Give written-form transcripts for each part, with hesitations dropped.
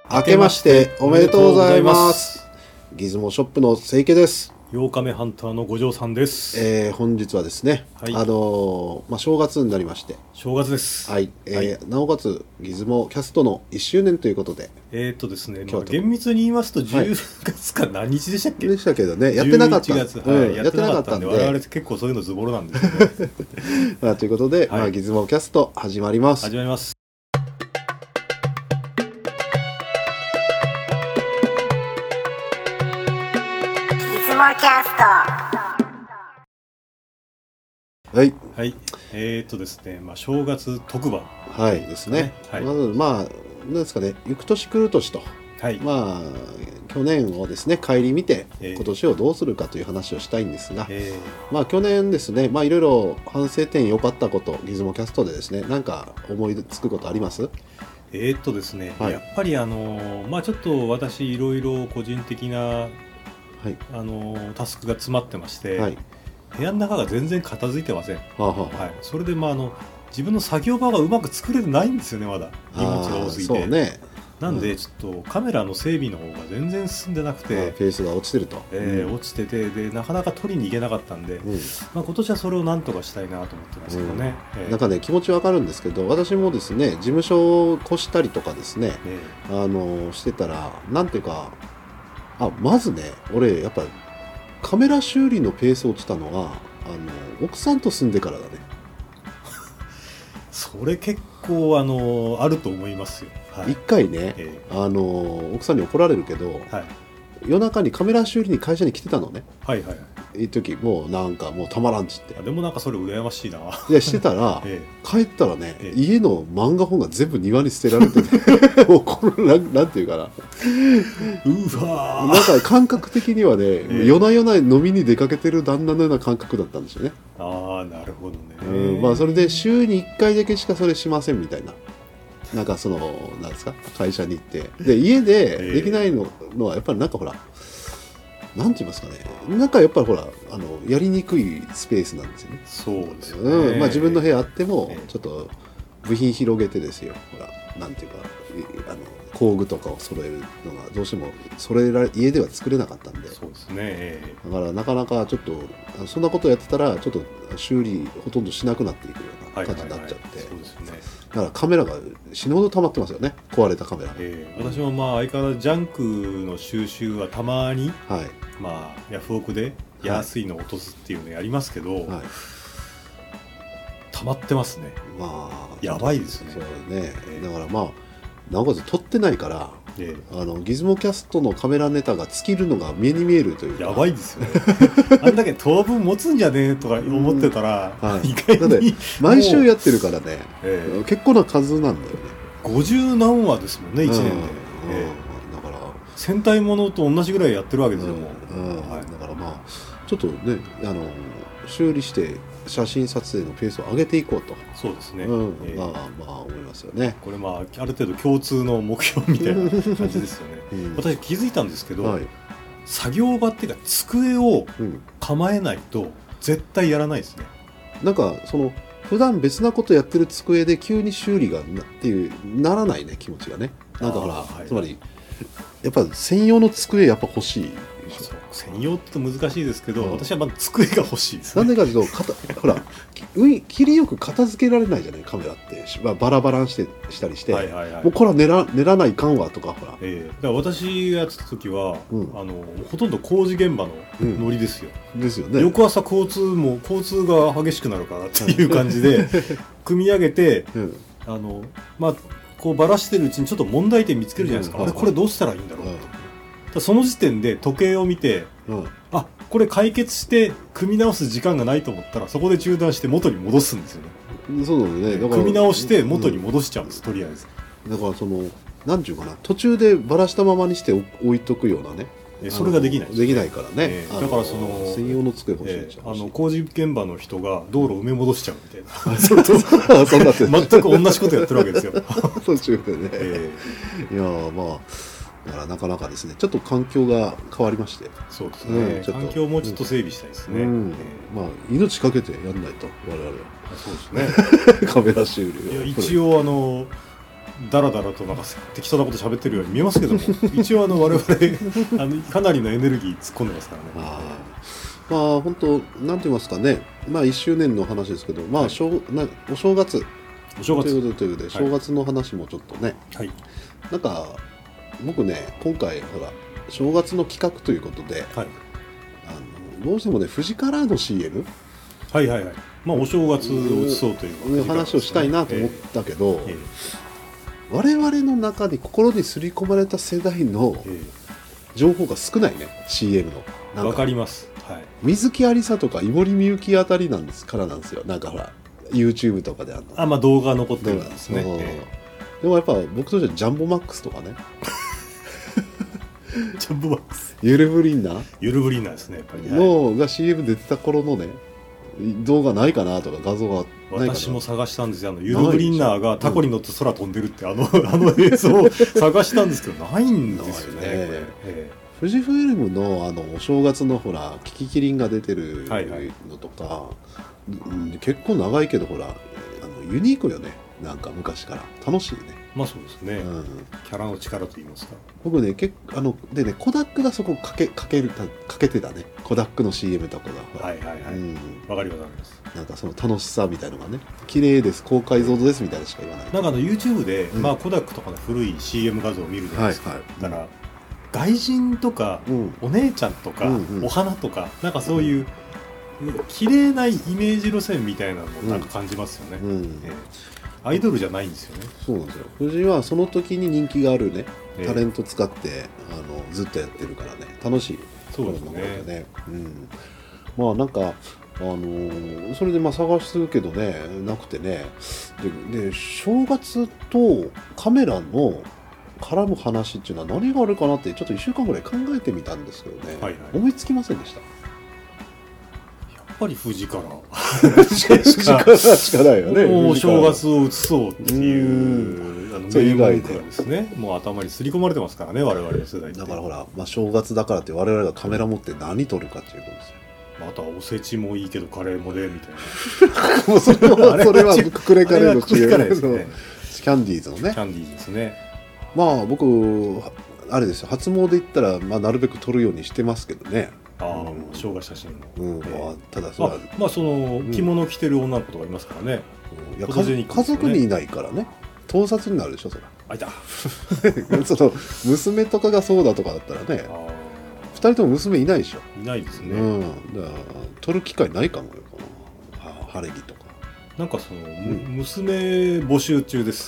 明けましておめでとうございます。ギズモショップの清家です。 8日目ハンターの五条さんです。 本日はですね、 はい、 正月になりまして、 正月です。 はい、なおかつギズモキャストの1周年ということで、 ですね、厳密に言いますと10月か何日でしたっけ？ でしたけどね、やってなかった。 11月、やってなかったんで、我々結構そういうのズボロなんですよね。 ということで、ギズモキャスト始まります。 始まります。 キャスト。 はい。 はい。ですね、正月特番。 はいですね。 はい、 なんですかね、行く年来る年と。 はい。 去年をですね、顧みて、今年をどうするかという話をしたいんですが、去年ですね、いろいろ反省点良かったこと、ギズモキャストでですね、なんか思いつくことあります？ ですね、やっぱりちょっと私いろいろ個人的なはい、タスクが詰まってまして、はい、部屋の中が全然片付いてません。それで、自分の作業場がうまく作れてないんですよね、まだ荷物が多すぎて。そうね。なんでちょっとカメラの整備の方が全然進んでなくて、 ペースが落ちてると、 落ちてて、でなかなか取りに行けなかったんで、今年はそれをなんとかしたいなと思ってますけどね。 なんかね、気持ちわかるんですけど、私もですね、事務所を越したりとかですね、してたら、なんていうか、まずね、俺やっぱカメラ修理のペース落ちたのは奥さんと住んでからだね。 それ結構あると思いますよ。 一回ね、奥さんに怒られるけど、夜中にカメラ修理に会社に来てたのね。いい時もうなんかもうたまらんちって。 でもなんかそれ羨ましいな。 いやしてたら、帰ったらね、家の漫画本が全部庭に捨てられてて、もうこれなんていうかな。なんか感覚的にはね、夜な夜な飲みに出かけてる旦那のような感覚だったんですよね。 なるほどね。 それで週に1回だけしかそれしませんみたいな。なんかなんですか、会社に行って。で、家でできないのはやっぱりなんかほら、なんて言いますかね、なんかやっぱりほらやりにくいスペースなんですよね。 そうですよね。 自分の部屋あってもちょっと部品広げてですよ、ほらなんていうか工具とかを揃えるのがどうしても家では作れなかったんで。 そうですね。 だからなかなかちょっとそんなことやってたらちょっと修理ほとんどしなくなっていくような感じになっちゃって。そうですね。だからカメラが死ぬほど溜まってますよね、壊れたカメラ。 私も相変わらずジャンクの収集はたまに、ヤフオクで安いのを落とすっていうのやりますけど、溜まってますね。やばいですね。 そうね。だからなおかつ撮ってないから、ギズモキャストのカメラネタが尽きるのが目に見えるというか。 やばいですよね。あんだけ当分持つんじゃねえとか思ってたら、意外に毎週やってるからね、結構な数なんだよね。 50何話ですもんね、1年で。 だから戦隊ものと同じぐらいやってるわけですよ。 だからちょっとね、修理して写真撮影のペースを上げていこうと。 そうですね。 思いますよね。 これある程度共通の目標みたいな感じですよね。私気づいたんですけど、作業場っていうか机を構えないと絶対やらないですね。 なんか普段別なことやってる机で急に修理がっていうならないね、気持ちがね。なんかほら、つまりやっぱ専用の机やっぱ欲しい。 専用って難しいですけど、私は机が欲しいですね。 なんでかというとほら切りよく片付けられないじゃない、カメラって。バラバラにしたりして、もうこれは練らないかんわとかほら。 だから私がやってた時は、ほとんど工事現場のノリですよ。 ですよね。 翌朝交通が激しくなるからっていう感じで組み上げて、こうばらしてるうちにちょっと問題点見つけるじゃないですか。これどうしたらいいんだろうと。その時点で時計を見て、これ解決して組み直す時間がないと思ったら、そこで中断して元に戻すんですよね。 そうだね。だから組み直して元に戻しちゃうんです、とりあえず。 だからなんていうかな、途中でばらしたままにして置いとくようなね。 それができない。 できないからね。 だから専用の机欲しいんじゃん。 工事現場の人が道路を埋め戻しちゃうみたいな。全く同じことやってるわけですよ。 途中でね。いやだからなかなかですね、ちょっと環境が変わりまして。 そうですね。環境をもうちょっと整備したいですね。 命かけてやんないと、我々は。 そうですね。 カメラ修理を。一応だらだらとなんか適当なこと喋ってるように見えますけども一応我々かなりのエネルギー突っ込んでますからね。 まあ本当なんて言いますかね、まあ1周年の話ですけど、まあお正月ということで、正月の話もちょっとね、はい、なんか僕ね今回ほら正月の企画ということで、はい、どうしてもね富士カラーの CM、 はいはいはい、まあお正月を移そうという話をしたいなと思ったけど、我々の中に心に刷り込まれた世代の情報が少ないね、CM の。 わかります、はい、 水木有沙とか井森美幸あたりなんですよ。なんかほら YouTube とかでまあ動画残ってるんですね。 でもやっぱ僕としてはジャンボマックスとかねジャンボマックス、 ゆるブリンナーですね、やっぱり、 のが CM 出てた頃のね動画ないかなとか画像がないかな。 私も探したんですよ。ゆるブリンナーがタコに乗って空飛んでるってあの映像を探したんですけどないんですよね。 富士フイルムのお正月のほらキキキリンが出てるのとか、結構長いけどほらユニークよね。なんか昔から楽しいね。 まあそうですね、キャラの力と言いますか。 僕ねでねコダックがそこかけてたね。コダックの CM とかがはいはいはい、わかります。 なんかその楽しさみたいのがね、綺麗です高解像度ですみたいなしか言わない。 なんかYouTube で、まあコダックとかの古い CM 画像を見るじゃないですか。だから外人とか、お姉ちゃんとか、お花とかなんかそういう綺麗なイメージ路線みたいなのをなんか感じますよね。アイドルじゃないんですよね。そうなんですよ。 富士はその時に人気があるねタレント使ってずっとやってるからね、楽しい。 そうですね。 まあなんかそれでまあ探すけどねなくてね、で正月とカメラの絡む話っていうのは何があるかなってちょっと1週間ぐらい考えてみたんですけどね、思いつきませんでした。 やっぱり富士から富士からしかないよね。 もう正月を移そうっていう名文句がですね、もう頭に刷り込まれてますからね、我々の世代って。 だからほら、まあ、正月だからって我々がカメラ持って何撮るかっていうことですよ。 あとはおせちもいいけどカレーもでみたいなもうそれはククレカレーの違いですね。キャンディーズのね。 キャンディーズですね。 まあ僕あれですよ、初詣行ったら、まあ、なるべく撮るようにしてますけどね。 生姜写真の、 ただそれはまあその着物着てる女の子とかいますからね。 いや家族にいないからね、盗撮になるでしょそれ。 あいたその娘とかがそうだとかだったらね、2人とも娘いないでしょ。 いないですね。 だから撮る機会ないかもよ、この晴れ着とか。 なんかその、娘募集中です。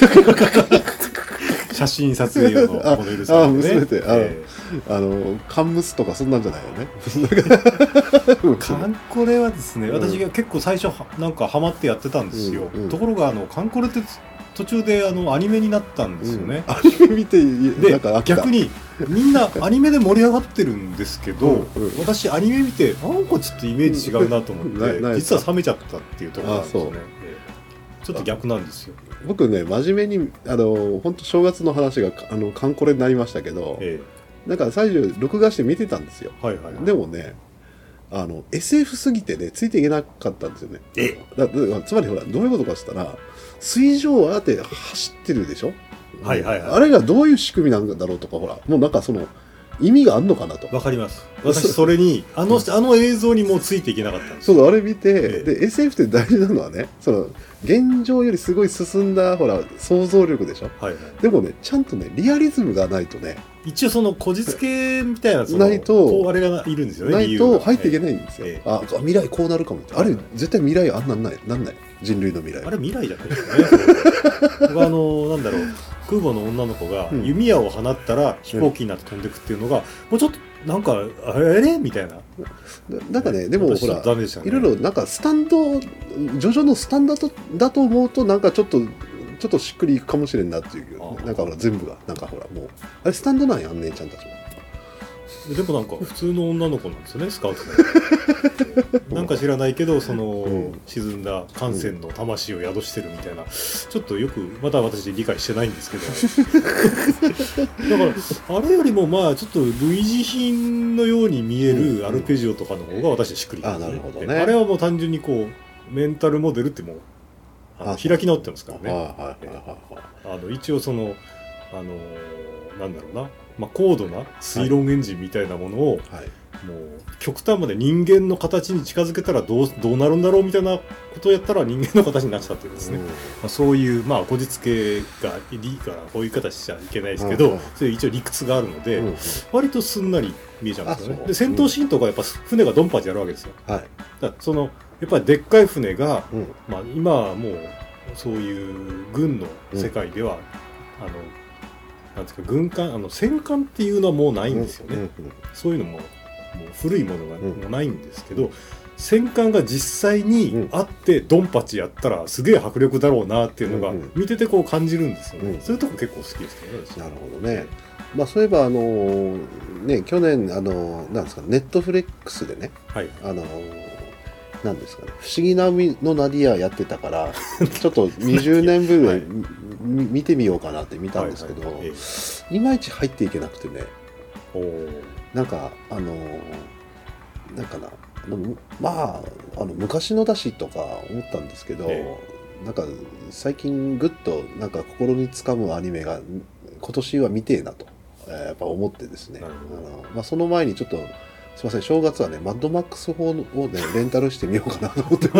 写真撮影用のモデルさんでね。 娘ってカンムスとかそんなんじゃないよね。 カンコレはですね、私が結構最初なんかハマってやってたんですよ。ところがカンコレって途中でアニメになったんですよね。 アニメ見てで逆にみんなアニメで盛り上がってるんですけど、私アニメ見てなんかちょっとイメージ違うなと思って実は冷めちゃったっていうところなんですよね。ちょっと逆なんですよ。 僕ね真面目に本当正月の話がカンコレになりましたけど、なんか最初録画して見てたんですよ。でもねSF すぎてねついていけなかったんですよね。つまりほらどういうことかって言ったら水上をあって走ってるでしょ。あれがどういう仕組みなんだろうとか、ほらもうなんかその意味があるのかなと。 わかります。私それにあの映像にもうついていけなかったんですよ。そうあれ見て、で SF って大事なのはね、その現状よりすごい進んだほら想像力でしょ。でもねちゃんとねリアリズムがないとね、 一応そのこじつけみたいなないとあれがいるんですよね。 ないと入っていけないんですよ。未来こうなるかもって、あれ絶対未来あんなんない、人類の未来。 あれ未来じゃないですよね。なんだろう、空母の女の子が弓矢を放ったら飛行機になって飛んでいくっていうのがもうちょっとなんかみたいな。 なんかね、でもほらいろいろなんかスタンドジョジョのスタンダードだと思うとなんかちょっとしっくりいくかもしれんなっていう、なんかほら全部がなんかほらもうあれスタンドなんやん姉ちゃんたちも。 でもなんか普通の女の子なんですよね、スカウトで。なんか知らないけどその、沈んだ艦船の魂を宿してるみたいな、ちょっとよくまた私理解してないんですけどだからあれよりもまあちょっと類似品のように見えるアルペジオとかの方が私はしっくりきますね。 なるほどね。 あれはもう単純にこうメンタルモデルってもう開き直ってますからね。一応なんだろうな、高度な推論エンジンみたいなものを、もう極端まで人間の形に近づけたらどうなるんだろうみたいなことをやったら人間の形になっちゃってるんですね。そういうこじつけがいいからこういう形しちゃいけないですけど、そういう一応理屈があるので、割とすんなり見えちゃうんですよね。で戦闘シーンとかやっぱ船がドンパチやるわけですよ。だからやっぱりでっかい船が、今はもうそういう軍の世界では、なんですか、軍艦戦艦っていうのはもうないんですよね。そういうのも古いものがもうないんですけど、戦艦が実際にあってドンパチやったらすげえ迫力だろうなっていうのが見ててこう感じるんですよね。そういうとこ結構好きですけどね。 なるほどね。そういえば去年なんですか、ネットフレックスでね、なんですかね、不思議な海のナディアやってたからちょっと20年ぶり見てみようかなって見たんですけど、いまいち入っていけなくてね。なんかなんかな昔のだしとか思ったんですけど、なんか最近ぐっとなんか心につかむアニメが今年は見てえなと、やっぱ思ってですね、その前にちょっとすいません、正月はねマッドマックス4をねレンタルしてみようかなと思って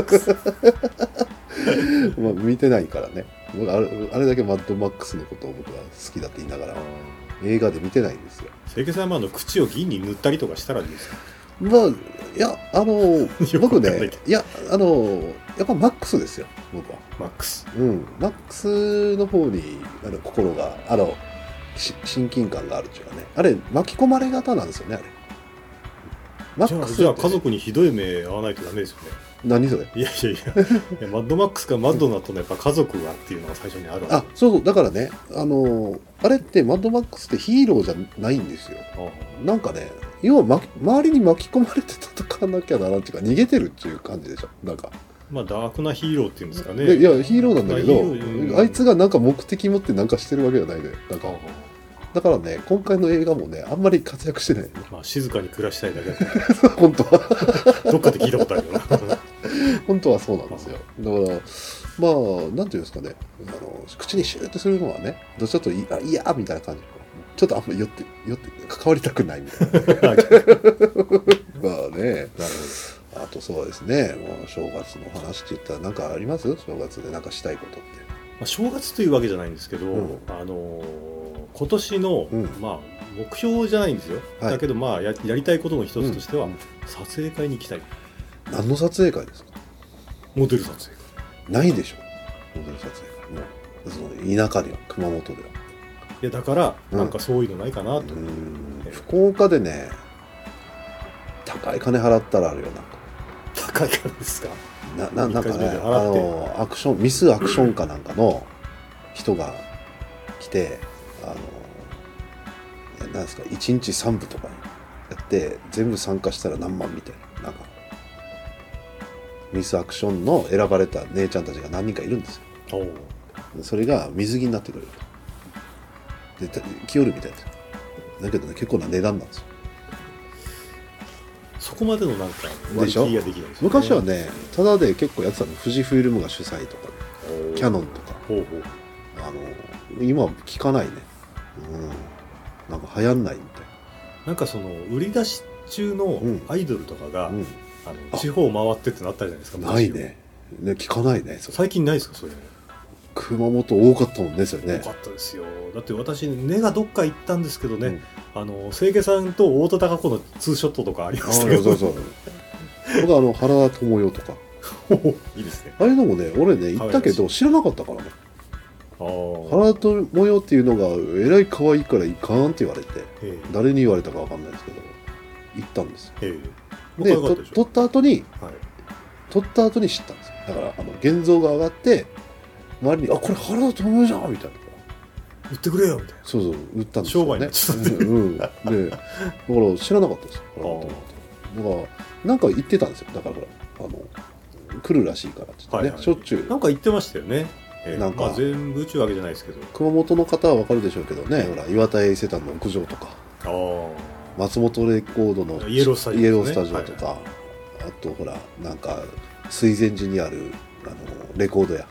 見てないからね、あれだけマッドマックスのことを僕は好きだって言いながら映画で見てないんですよ。 清家さんは口を銀に塗ったりとかしたらいいですか？ いや僕ね、いややっぱマックスですよ、僕は。 マックスマックスの方に心が親近感があるっていうかね、あれ巻き込まれ型なんですよね、あれ。 マックスじゃあ家族にひどい目合わないとダメですよね。 何それ？ いやマッドマックスかマッドナとのやっぱ家族がっていうのが最初にあるわけ。 そうだからね、あれってマッドマックスってヒーローじゃないんですよ。なんかね、要は周りに巻き込まれて戦わなきゃならんっていうか、逃げてるっていう感じでしょ。なんかダークなヒーローっていうんですかね。 いやヒーローなんだけど、あいつがなんか目的持ってなんかしてるわけじゃないで、なんかだからね、今回の映画もね、あんまり活躍してない、 静かに暮らしたいだけだ本当はどっかで聞いたことあるよな本当はそうなんですよ。だからなんていうんですかね、口にシューッとするのはね、ちょっといやみたいな感じ、ちょっとあんまり寄って関わりたくないみたいなね。あとそうですね、正月の話って言ったら何かあります？正月で何かしたいことって。 正月というわけじゃないんですけど、今年の、目標じゃないんですよ。だけどやりたいことの一つとしては、撮影会に行きたい。 何の撮影会ですか？ モデル撮影会ないでしょ、モデル撮影会。田舎では、熊本では。 いやだからなんかそういうのないかなと。 福岡でね、高い金払ったらあるよ。なんか高い金ですか？ なんかね、アクションミスアクションかなんかの人が来て、なんですか、1日3部とかやって全部参加したら何万みたいな、なんかミスアクションの選ばれた姉ちゃんたちが何人かいるんですよ。それが水着になってくれると。で着よるみたいです。だけどね、結構な値段なんですよ。 そこまでのなんか割り切りができないですよね。 昔はね、ただで結構やってたの。富士フイルムが主催とか、キャノンとか。今は聞かないね。なんか流行んないみたいな。 なんか売り出し中のアイドルとかが、地方回ってってなったじゃないですか。 ないね。聞かないね。 最近ないですか、そういうの。 熊本多かったもんね、それね。 多かったですよ。だって私根がどっか行ったんですけどね、清家さんと太田貴子のツーショットとかありましたけど。そう僕原田知世とかいいですね。 あれのもね、俺ね行ったけど知らなかったからね。原田知世っていうのがえらい可愛いからいかんって言われて、誰に言われたか分かんないですけど行ったんですよ。で撮った後に知ったんですよ。だから現像が上がって周りにこれ原田知世じゃんみたいな、 売ってくれよみたいな。 そう売ったんですよね。 商売になっちゃってでだから知らなかったですよ。だからなんか言ってたんですよ。だから来るらしいからって言ってね、しょっちゅうなんか言ってましたよね。 なんか全部宇宙わけじゃないですけど、 熊本の方は分かるでしょうけどね、ほら岩田エイセタンの屋上とか、松本レコードのイエロースタジオとか、あとほらなんか水前寺にあるレコード屋。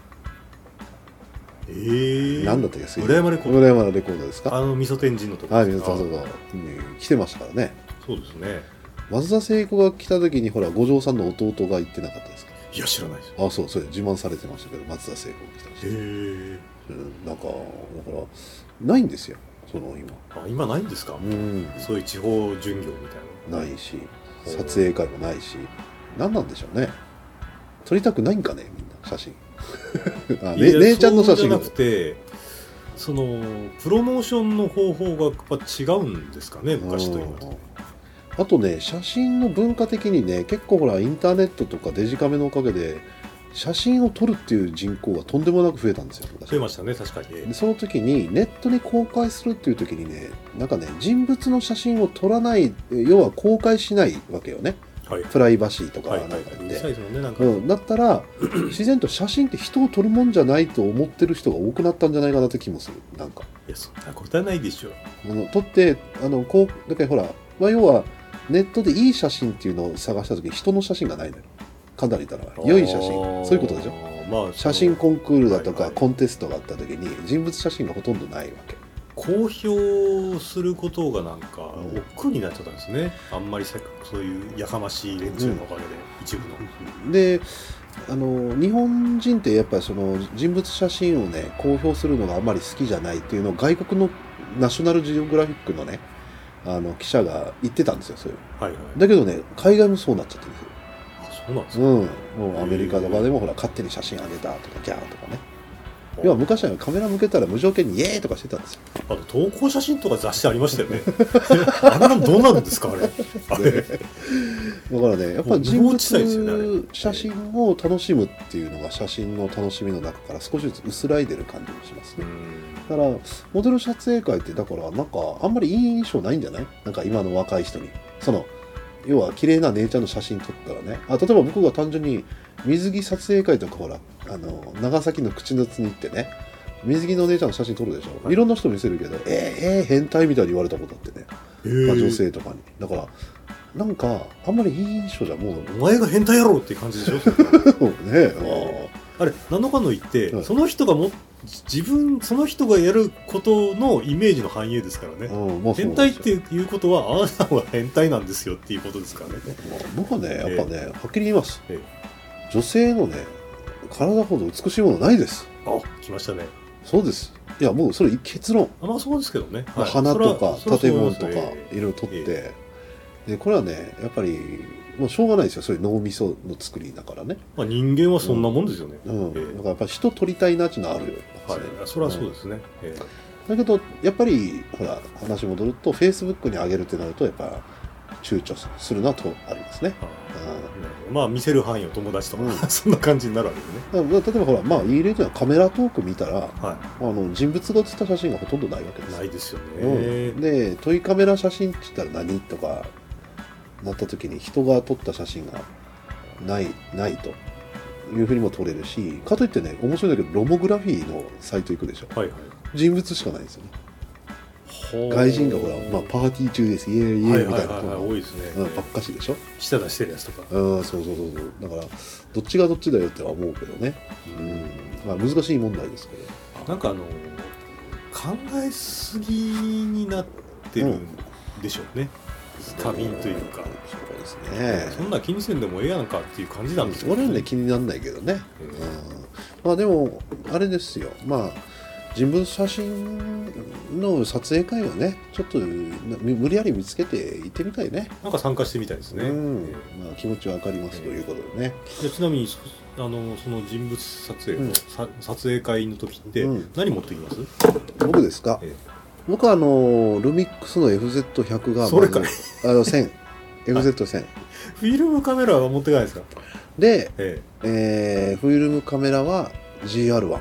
何だったっけ、 村山レコード。 村山レコードですか。 味噌天神のところですか。はい、味噌来てましたからね。 そうですね。 松田聖子が来た時にほら五条さんの弟が行ってなかったですか。 いや知らないです。 あ、そう、それ自慢されてましたけど、松田聖子が来た時。なんかだからないんですよ、その今。 今ないんですか。そういう地方巡業みたいな。 ないし、撮影会もないし、何なんでしょうね。撮りたくないんかね、みんな写真。姉ちゃんの写真じゃなくて、そのプロモーションの方法がやっぱ違うんですかね、昔と今と。 あとね、写真の文化的にね、結構ほらインターネットとかデジカメのおかげで写真を撮るっていう人口がとんでもなく増えたんですよ。 増えましたね、確かに。 でその時にネットに公開するっていう時にね、なんかね、人物の写真を撮らない、要は公開しないわけよね。はい、プライバシーとかなんかで、だったら自然と写真って人を撮るもんじゃないと思ってる人が多くなったんじゃないかなって気もする。なんかいや、そんなことはないでしょ。 撮ってこうだからほら、要はネットでいい写真っていうのを探した時に人の写真がないのよ。かなりだら良い写真、そういうことでしょ。写真コンクールだとかコンテストがあった時に人物写真がほとんどないわけ。 公表することがなんか億劫になっちゃったんですね。あんまりそういうやかましい連中のおかげで、一部の。 で日本人ってやっぱりその人物写真をね公表するのがあんまり好きじゃないっていうのを外国のナショナルジオグラフィックのね記者が言ってたんですよ、そういう、はいはい、だけどね海外もそうなっちゃってるんですよ。 あ、そうなんですか。 もうアメリカとかでもほら勝手に写真あげたとかギャーとかね。要は昔はカメラ向けたら無条件にイエーイとかしてたんですよ。 投稿写真とか雑誌ありましたよね。あんなのどうなるんですか、あれ。だからね、やっぱり人物写真を楽しむっていうのが写真の楽しみの中から少しずつ薄らいでる感じもしますね。だからモデル撮影会ってだからなんかあんまりいい印象ないんじゃない？なんか今の若い人に要は綺麗な姉ちゃんの写真撮ったらね、例えば僕が単純に水着撮影会とかほら長崎の口の津に行ってね、水着の姉ちゃんの写真撮るでしょ、はい、いろんな人見せるけど変態みたいに言われたことあってね、女性とかに。だからなんかあんまりいい印象じゃもうお前が変態やろっていう感じでしょ。 ねあれ何のかの言って、はい、その人がその人がやることのイメージの反映ですからね。変態っていうことはあなたは変態なんですよっていうことですからね。 僕はねやっぱね、はっきり言います、女性のね体ほど美しいものないです。 来ましたね。 そうです。いやもうそれ結論。 まあそうですけどね、 はい、花とか建物とかいろいろ撮って、でこれはねやっぱりもうしょうがないですよ、そういう脳みその作りだからね。 人間はそんなもんですよね。 だからやっぱり人撮りたいなっていうのはあるよ、 それはそうですね。 だけどやっぱりほら話戻るとフェイスブックに上げるってなるとやっぱ躊躇するのはありますね。 まあ見せる範囲を友達とか、そんな感じになるわけですね。 例えばほらいい例というのはカメラトーク見たら、人物が写った写真がほとんどないわけです。 ないですよね。 でトイカメラ写真って言ったら何とかなった時に人が撮った写真がないというふうにも撮れるし、かといってね面白いんだけどロモグラフィーのサイト行くでしょ、人物しかないんですよね。外人がほら、パーティー中ですイエーイイエーイみたいな多いですね。 ばっかしでしょ、 舌出してるやつとか。 そうだからどっちがどっちだよっては思うけどね。難しい問題ですけど、 なんか考えすぎになってるんでしょうね、過敏というか。 そうですね。 そんな気にせんでもええやんかっていう感じなんですよね。 俺はね気にならないけどね。でもあれですよ、人物写真の撮影会をねちょっと無理やり見つけて行ってみたいね。 なんか参加してみたいですね。 気持ちは分かりますということでね。 ちなみにその人物撮影の、撮影会の時って何持ってきます？ 僕ですか？僕はルミックスの FZ100 がそれかい 1000 FZ1000 フィルムカメラは持ってかないですか？ で、フィルムカメラは GR1。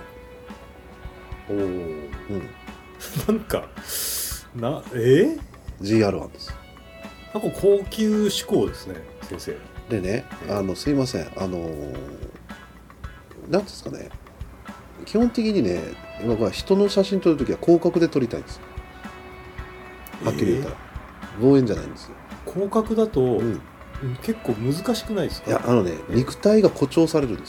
なんか GR1 です。 なんか高級志向ですね、先生。 でね、すいません、なんですかね、基本的にね僕は人の写真撮るときは広角で撮りたいんですよ。はっきり言ったら望遠じゃないんですよ。 広角だと、結構難しくないですか？ いや肉体が誇張されるんですよ。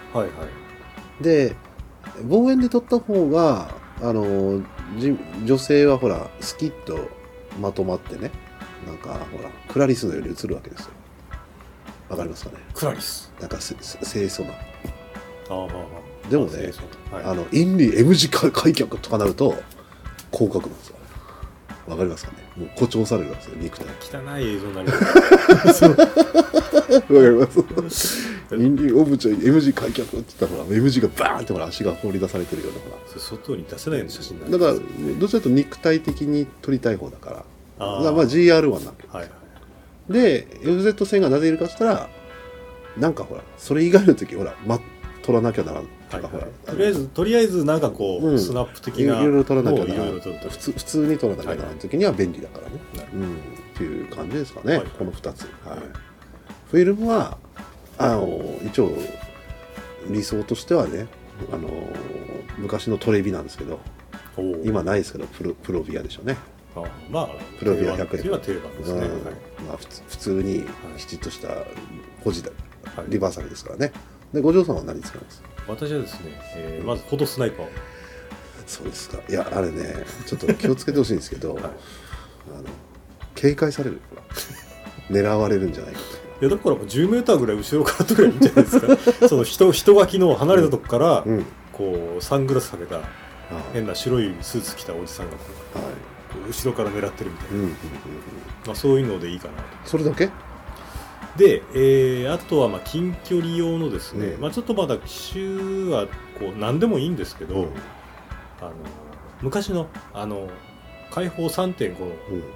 はいはい。 で望遠で撮った方が女性はほらスキッとまとまってね、なんかほらクラリスのように映るわけですよ。わかりますかね。 クラリスなんか清楚な。 あでもね、 はい、 インリー M 字開脚とかなると広角なんですよ。わかりますかね。もう誇張されるわけですよ、肉体。 汚い映像になりますわかります。インリーオブチョイ M 字開脚って言ったらほら M 字がバーンってほら足が放り出されてるようなほら。 それ外に出せないような写真なんだです。 からどちらかというと肉体的に撮りたい方だから。 あまあ GR1 なわけです。 はいはい。 で FZ 線がなぜいるかって言ったら、なんかほらそれ以外の時ほら撮らなきゃならんとか、ほらとりあえずなんかこう、スナップ的ないろいろ撮らなきゃならん、 いろいろ撮ると普通に撮らなきゃならん時には便利だからね、っていう感じですかね、この2つ。フィルムは一応理想としてはね、昔のトレビなんですけど、今ないですけどプロビアでしょうね。 まあプロビア100円は定番ですね。 まあ普通にきちっとした保持リバーサルですからね。で五条さんは何使います？ 私はですね、まずフォトスナイパー。 そうですか。いやあれね、ちょっと気をつけてほしいんですけど、警戒される、狙われるんじゃないかと。 いやだからもう10メーターぐらい後ろから撮ればいいんじゃないですか。その人垣の離れたとこから、こうサングラスかけた変な白いスーツ着たおじさんがこう後ろから狙ってるみたいな、まあそういうのでいいかなと。 それだけ？ で、あとはまあ近距離用のですね、まあちょっとまだ機種はこう何でもいいんですけど、昔の開放 3.5 の、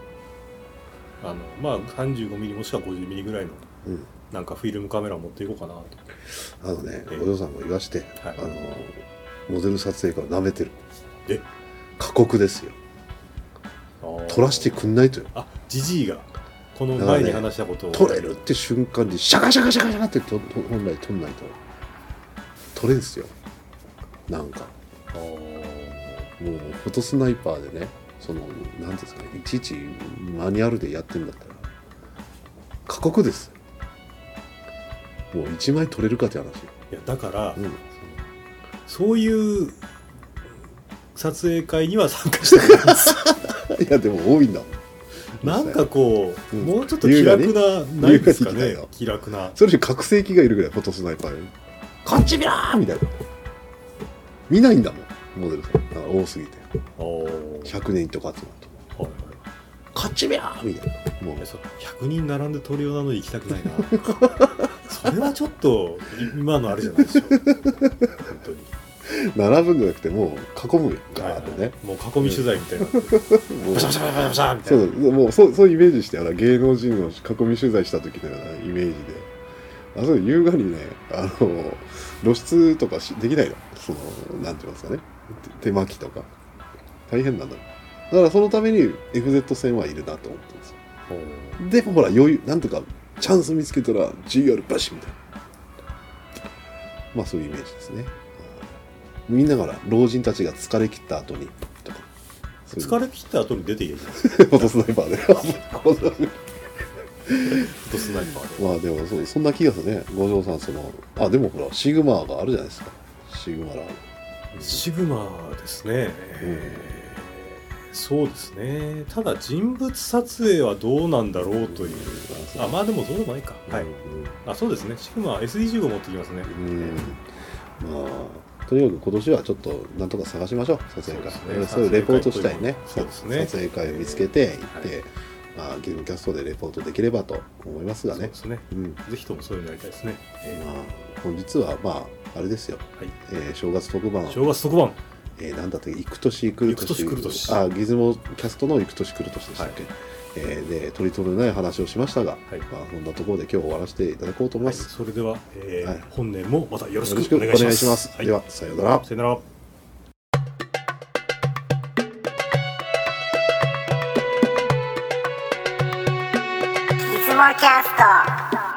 まあ 35mm もしくは 50mm ぐらいの、なんかフィルムカメラを持っていこうかなと。 お嬢さんも言わして、モデル撮影から舐めてる。過酷ですよ。撮らせてくんないとよ。 ジジイがこの前に話したことを、 撮れるって瞬間にシャカシャカシャカシャカって本来撮んないと撮れんすよ。なんかもうフォトスナイパーでね、そのなんですかね、いちいちマニュアルでやってるんだったら過酷です。もう1枚撮れるかって話。いやだから、そういう撮影会には参加してないんですいやでも多いんだもん。 なんかこう、もうちょっと気楽なないですかね。気楽な。 それより覚醒器がいるぐらいフォトスナイパーよりこっち見ろーみたいな。見ないんだもんモデルさん。だから多すぎて100年とか集まると、こっち見ろーみたいな。もう 100人並んで撮るようなのに行きたくないな。それはちょっと今のあれじゃないでしょ。本当に並ぶんじゃなくてもう囲むよガーッとね、 もう囲み取材みたいな。バシャバシャバシャバシャみたいな。 もうそういうイメージして、芸能人を囲み取材した時のようなイメージで、そう優雅にね、露出とかできないの。そのなんて言いますかね、手巻きとか大変なんだ。だからそのために FZ 線はいるなと思ってます。でもほら余裕、なんとかチャンス見つけたら GR バシみたいな、まあそういうイメージですね。みんなから老人たちが疲れ切った後にとか、 疲れ切った後に出ていいです。 フォトスナイパーでフォトスナイパーで。 まあでもそんな気がするね。五条さんでもほらシグマがあるじゃないですか。シグマラー。 シグマですね。そうですね。ただ人物撮影はどうなんだろうという。まあでもそうでもないか。そうですね。シグマ SD15 持ってきますね。 まあとにかく今年はちょっとなんとか探しましょう、撮影会。そういうレポートしたいね。撮影会を見つけて行って、ゲームキャストでレポートできればと思いますがね。 そうですね。ぜひともそういうのやりたいですね。 本日はあれですよ。正月特番。なんだって行く年来る年。ギズモキャストの行く年来る年でしたっけ。で取り留めない話をしましたが、こんなところで今日終わらせていただこうと思います。 それでは本年もまたよろしくお願いします。 ではさようなら。 さよなら。 ギズモキャスト。